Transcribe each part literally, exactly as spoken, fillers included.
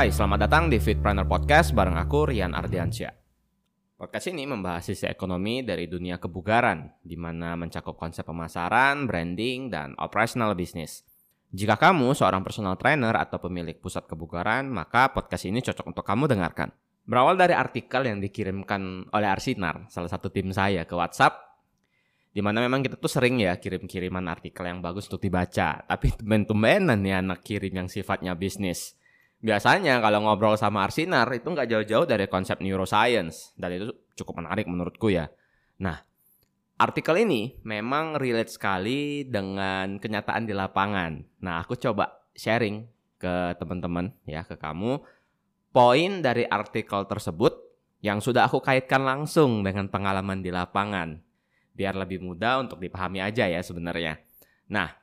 Hai, selamat datang di Fitpreneur Podcast bareng aku, Rian Ardiansyah. Podcast ini membahas sisi ekonomi dari dunia kebugaran, di mana mencakup konsep pemasaran, branding, dan operational bisnis. Jika kamu seorang personal trainer atau pemilik pusat kebugaran, maka podcast ini cocok untuk kamu dengarkan. Berawal dari artikel yang dikirimkan oleh Arsinar, salah satu tim saya, ke WhatsApp, di mana memang kita tuh sering ya kirim-kiriman artikel yang bagus untuk dibaca, tapi tumben-tumbenan nih anak kirim yang sifatnya bisnis. Biasanya kalau ngobrol sama Arsinar itu nggak jauh-jauh dari konsep neuroscience, dan itu cukup menarik menurutku ya. Nah, artikel ini memang relate sekali dengan kenyataan di lapangan. Nah, aku coba sharing ke teman-teman ya, ke kamu, poin dari artikel tersebut yang sudah aku kaitkan langsung dengan pengalaman di lapangan, biar lebih mudah untuk dipahami aja ya sebenarnya. Nah,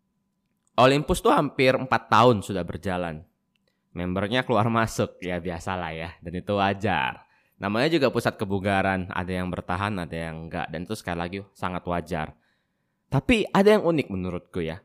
Olympus tuh hampir empat tahun sudah berjalan. Membernya keluar masuk, ya biasalah ya, dan itu wajar. Namanya juga pusat kebugaran, ada yang bertahan, ada yang enggak, dan itu sekali lagi sangat wajar. Tapi ada yang unik menurutku ya.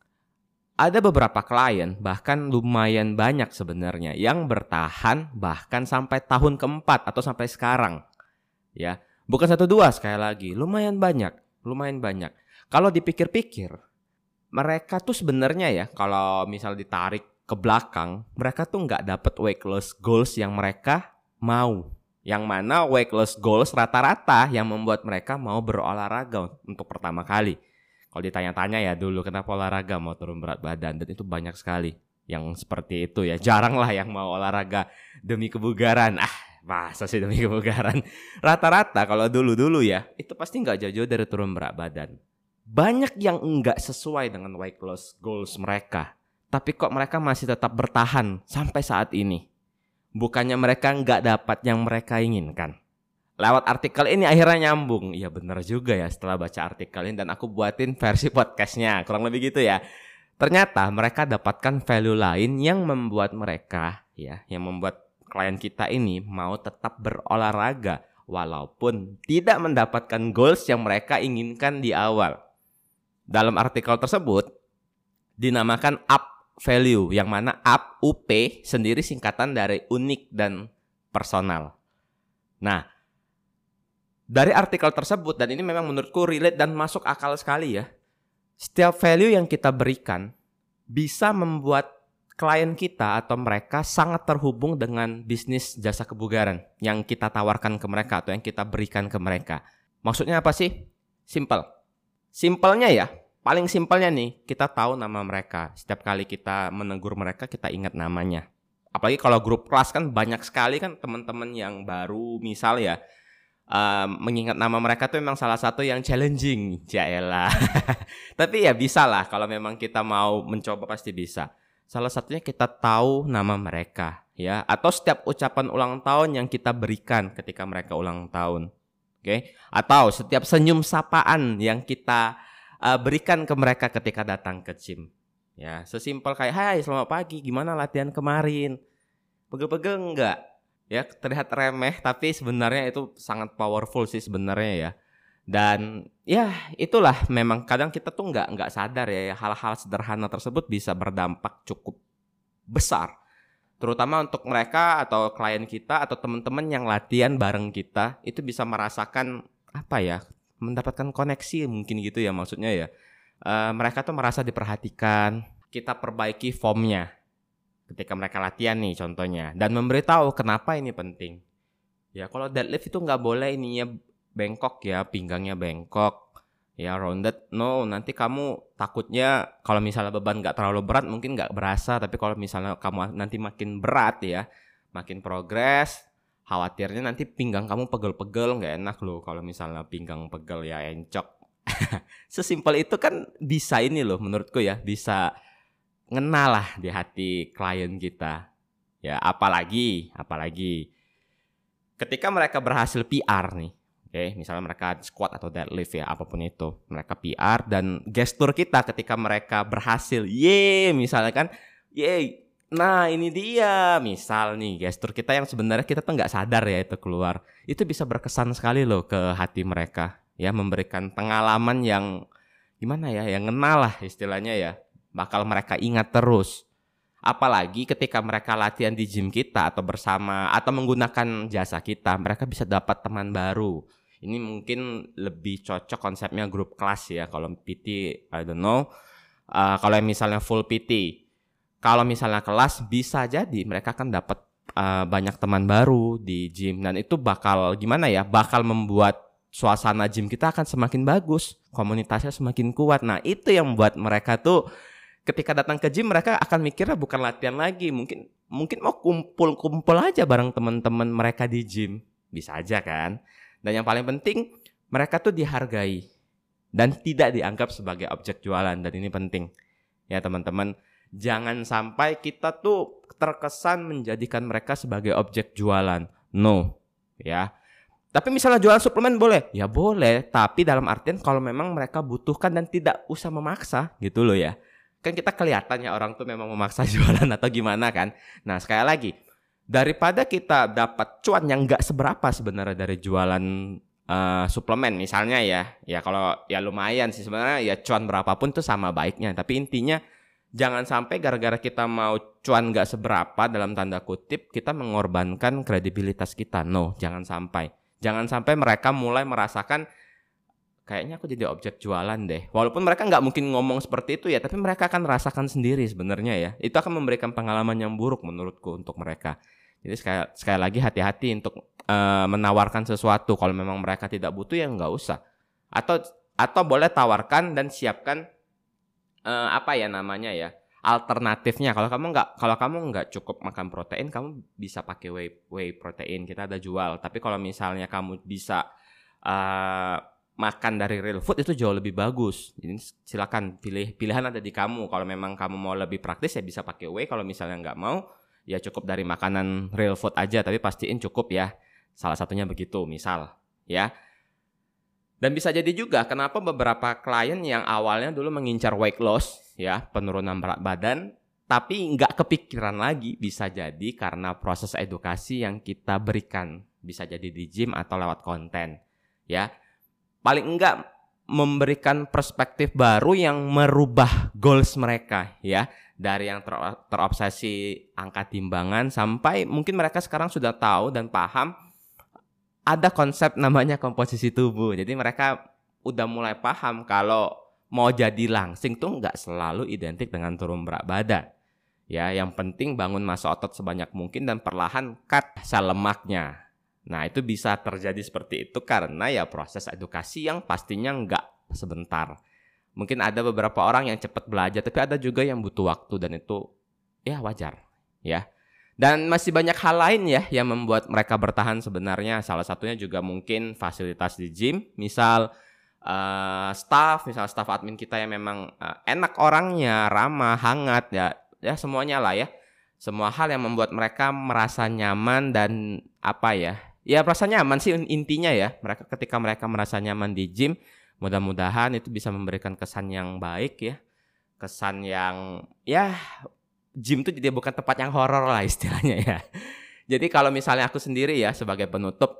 Ada beberapa klien, bahkan lumayan banyak sebenarnya, yang bertahan bahkan sampai tahun keempat atau sampai sekarang. Ya, bukan satu dua sekali lagi, lumayan banyak, lumayan banyak. Kalau dipikir-pikir, mereka tuh sebenarnya ya, kalau misal ditarik ke belakang, mereka tuh nggak dapet weight loss goals yang mereka mau. Yang mana weight loss goals rata-rata yang membuat mereka mau berolahraga untuk pertama kali. Kalau ditanya-tanya ya dulu kenapa olahraga mau turun berat badan, dan itu banyak sekali yang seperti itu ya. Jarang lah yang mau olahraga demi kebugaran. Ah, masa sih demi kebugaran? Rata-rata kalau dulu-dulu ya, itu pasti nggak jauh-jauh dari turun berat badan. Banyak yang nggak sesuai dengan weight loss goals mereka. Tapi kok mereka masih tetap bertahan sampai saat ini? Bukannya mereka nggak dapat yang mereka inginkan? Lewat artikel ini akhirnya nyambung. Iya benar juga ya setelah baca artikel ini, dan aku buatin versi podcastnya. Kurang lebih gitu ya. Ternyata mereka dapatkan value lain yang membuat mereka, ya, yang membuat klien kita ini mau tetap berolahraga walaupun tidak mendapatkan goals yang mereka inginkan di awal. Dalam artikel tersebut dinamakan up value, yang mana up, U P sendiri singkatan dari unik dan personal. Nah, dari artikel tersebut, dan ini memang menurutku relate dan masuk akal sekali ya. Setiap value yang kita berikan bisa membuat klien kita atau mereka sangat terhubung dengan bisnis jasa kebugaran yang kita tawarkan ke mereka atau yang kita berikan ke mereka. Maksudnya apa sih? Simple. Simpelnya ya, paling simpelnya nih, kita tahu nama mereka. Setiap kali kita menegur mereka, kita ingat namanya. Apalagi kalau grup kelas kan banyak sekali kan teman-teman yang baru misal ya. Uh, mengingat nama mereka tuh memang salah satu yang challenging. Jaelah. Tapi ya bisa lah, kalau memang kita mau mencoba pasti bisa. Salah satunya kita tahu nama mereka ya. Atau setiap ucapan ulang tahun yang kita berikan ketika mereka ulang tahun. Oke? Okay? Atau setiap senyum sapaan yang kita Uh, berikan ke mereka ketika datang ke gym. Ya, sesimpel kayak, "Hai, selamat pagi, gimana latihan kemarin?" Pegel-pegel enggak? Ya, terlihat remeh tapi sebenarnya itu sangat powerful sih sebenarnya ya. Dan ya, itulah memang kadang kita tuh enggak enggak sadar ya, hal-hal sederhana tersebut bisa berdampak cukup besar. Terutama untuk mereka atau klien kita atau teman-teman yang latihan bareng kita, itu bisa merasakan apa ya? Mendapatkan koneksi mungkin gitu ya maksudnya ya. Uh, mereka tuh merasa diperhatikan. Kita perbaiki formnya ketika mereka latihan nih contohnya, dan memberitahu kenapa ini penting. Ya kalau deadlift itu nggak boleh ininya bengkok ya, pinggangnya bengkok. Ya rounded, no, nanti kamu takutnya kalau misalnya beban nggak terlalu berat mungkin nggak berasa, tapi kalau misalnya kamu nanti makin berat ya, makin progres, khawatirnya nanti pinggang kamu pegel-pegel, nggak enak loh kalau misalnya pinggang pegel ya encok. Sesimpel itu kan bisa ini loh menurutku ya, bisa ngena lah di hati klien kita. Ya apalagi, apalagi ketika mereka berhasil P R nih, oke, okay, misalnya mereka squat atau deadlift ya apapun itu, mereka P R dan gestur kita ketika mereka berhasil, ye, misalnya kan, ye. Nah ini dia, misal nih gestur kita yang sebenarnya kita tuh nggak sadar ya itu keluar. Itu bisa berkesan sekali loh ke hati mereka. Ya memberikan pengalaman yang gimana ya, yang ngena lah istilahnya ya. Bakal mereka ingat terus. Apalagi ketika mereka latihan di gym kita atau bersama atau menggunakan jasa kita, mereka bisa dapat teman baru. Ini mungkin lebih cocok konsepnya grup kelas ya. Kalau P T, I don't know. Uh, kalau misalnya full P T, kalau misalnya kelas bisa jadi mereka akan dapat uh, banyak teman baru di gym. Dan itu bakal gimana ya? Bakal membuat suasana gym kita akan semakin bagus. Komunitasnya semakin kuat. Nah itu yang membuat mereka tuh ketika datang ke gym mereka akan mikirnya bukan latihan lagi, mungkin mungkin mau kumpul-kumpul aja bareng teman-teman mereka di gym, bisa aja kan. Dan yang paling penting mereka tuh dihargai dan tidak dianggap sebagai objek jualan, dan ini penting ya teman-teman. Jangan sampai kita tuh terkesan menjadikan mereka sebagai objek jualan, no ya. Tapi misalnya jualan suplemen boleh, ya boleh, tapi dalam artian kalau memang mereka butuhkan dan tidak usah memaksa gitu loh ya. Kan kita kelihatan ya orang tuh memang memaksa jualan atau gimana kan. Nah sekali lagi, daripada kita dapat cuan yang gak seberapa sebenarnya dari jualan uh, suplemen misalnya ya. Ya kalau ya lumayan sih sebenarnya, ya cuan berapapun tuh sama baiknya. Tapi intinya jangan sampai gara-gara kita mau cuan gak seberapa dalam tanda kutip, kita mengorbankan kredibilitas kita. No, jangan sampai. Jangan sampai mereka mulai merasakan kayaknya aku jadi objek jualan deh. Walaupun mereka nggak mungkin ngomong seperti itu ya, tapi mereka akan rasakan sendiri sebenarnya ya. Itu akan memberikan pengalaman yang buruk menurutku untuk mereka. Jadi sekali, sekali lagi hati-hati untuk uh, menawarkan sesuatu. Kalau memang mereka tidak butuh ya nggak usah. Atau atau boleh tawarkan dan siapkan uh, apa ya namanya ya, alternatifnya. Kalau kamu nggak kalau kamu nggak cukup makan protein, kamu bisa pakai whey whey protein. Kita ada jual. Tapi kalau misalnya kamu bisa uh, makan dari real food itu jauh lebih bagus. Jadi silakan pilih, pilihan ada di kamu. Kalau memang kamu mau lebih praktis ya bisa pakai whey. Kalau misalnya nggak mau ya cukup dari makanan real food aja. Tapi pastiin cukup ya. Salah satunya begitu misal ya. Dan bisa jadi juga kenapa beberapa klien yang awalnya dulu mengincar weight loss ya, penurunan berat badan, tapi nggak kepikiran lagi, bisa jadi karena proses edukasi yang kita berikan. Bisa jadi di gym atau lewat konten ya. Paling enggak memberikan perspektif baru yang merubah goals mereka ya. Dari yang ter- terobsesi angka timbangan sampai mungkin mereka sekarang sudah tahu dan paham ada konsep namanya komposisi tubuh. Jadi mereka udah mulai paham kalau mau jadi langsing tuh enggak selalu identik dengan turun berat badan. Ya, yang penting bangun massa otot sebanyak mungkin dan perlahan cut sel lemaknya. Nah itu bisa terjadi seperti itu karena ya proses edukasi yang pastinya enggak sebentar. Mungkin ada beberapa orang yang cepat belajar, tapi ada juga yang butuh waktu dan itu ya wajar ya. Dan masih banyak hal lain ya yang membuat mereka bertahan sebenarnya. Salah satunya juga mungkin fasilitas di gym. Misal uh, staff, misal staff admin kita yang memang uh, enak orangnya, ramah, hangat ya, ya semuanya lah ya. Semua hal yang membuat mereka merasa nyaman dan apa ya, ya merasa nyaman sih intinya ya. Mereka ketika mereka merasa nyaman di gym, mudah-mudahan itu bisa memberikan kesan yang baik ya. Kesan yang ya gym itu jadi bukan tempat yang horor lah istilahnya ya. Jadi kalau misalnya aku sendiri ya sebagai penutup,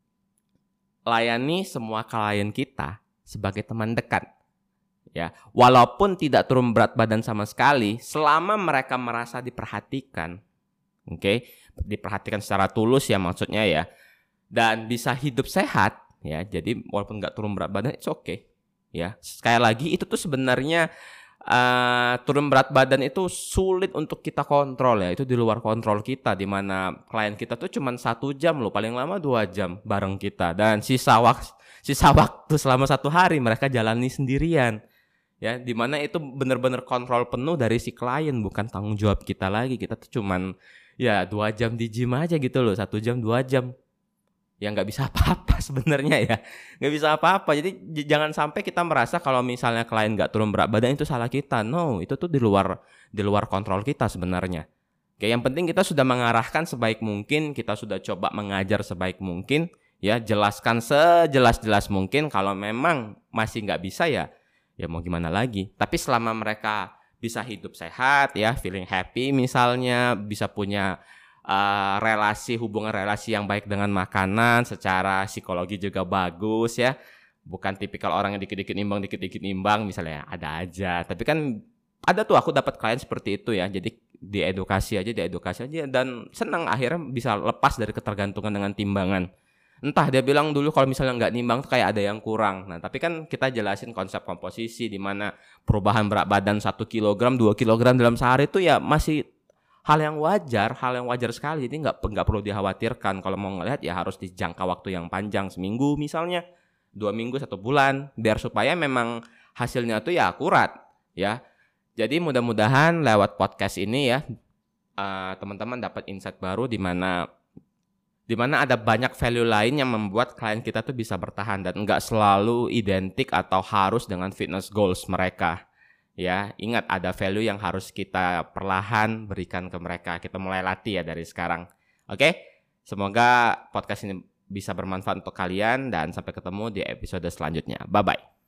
layani semua klien kita sebagai teman dekat. Ya, walaupun tidak turun berat badan sama sekali, selama mereka merasa diperhatikan, oke, okay? Diperhatikan secara tulus ya maksudnya ya, dan bisa hidup sehat ya. Jadi walaupun nggak turun berat badan, it's okay ya. Sekali lagi itu tuh sebenarnya uh, turun berat badan itu sulit untuk kita kontrol ya. Itu di luar kontrol kita, di mana klien kita tuh cuma satu jam loh, paling lama dua jam bareng kita, dan sisa waktu sisa waktu selama satu hari mereka jalani sendirian. Ya, dimana itu benar-benar kontrol penuh dari si klien, bukan tanggung jawab kita lagi. Kita tuh cuman ya dua jam di gym aja gitu loh, satu jam dua jam, ya nggak bisa apa-apa sebenarnya ya, nggak bisa apa-apa. Jadi j- jangan sampai kita merasa kalau misalnya klien nggak turun berat badan itu salah kita. No, itu tuh di luar di luar kontrol kita sebenarnya. Oke, yang penting kita sudah mengarahkan sebaik mungkin, kita sudah coba mengajar sebaik mungkin, ya jelaskan sejelas-jelas mungkin. Kalau memang masih nggak bisa ya. Ya mau gimana lagi. Tapi selama mereka bisa hidup sehat ya, feeling happy misalnya, bisa punya uh, relasi, hubungan relasi yang baik dengan makanan, secara psikologi juga bagus ya. Bukan tipikal orang yang dikit-dikit imbang, dikit-dikit imbang misalnya, ada aja. Tapi kan ada tuh aku dapat klien seperti itu ya. Jadi diedukasi aja, diedukasi aja dan senang akhirnya bisa lepas dari ketergantungan dengan timbangan. Entah dia bilang dulu kalau misalnya nggak nimbang tuh kayak ada yang kurang. Nah, tapi kan kita jelasin konsep komposisi di mana perubahan berat badan satu kilogram, dua kilogram dalam sehari itu ya masih hal yang wajar, hal yang wajar sekali. Jadi nggak nggak perlu dikhawatirkan. Kalau mau ngelihat ya harus di jangka waktu yang panjang, seminggu misalnya, dua minggu, satu bulan, biar supaya memang hasilnya tuh ya akurat, ya. Jadi mudah-mudahan lewat podcast ini ya, uh, teman-teman dapat insight baru di mana di mana ada banyak value lain yang membuat klien kita tuh bisa bertahan dan nggak selalu identik atau harus dengan fitness goals mereka. Ya, ingat ada value yang harus kita perlahan berikan ke mereka. Kita mulai latih ya dari sekarang. Oke, semoga podcast ini bisa bermanfaat untuk kalian dan sampai ketemu di episode selanjutnya. Bye-bye.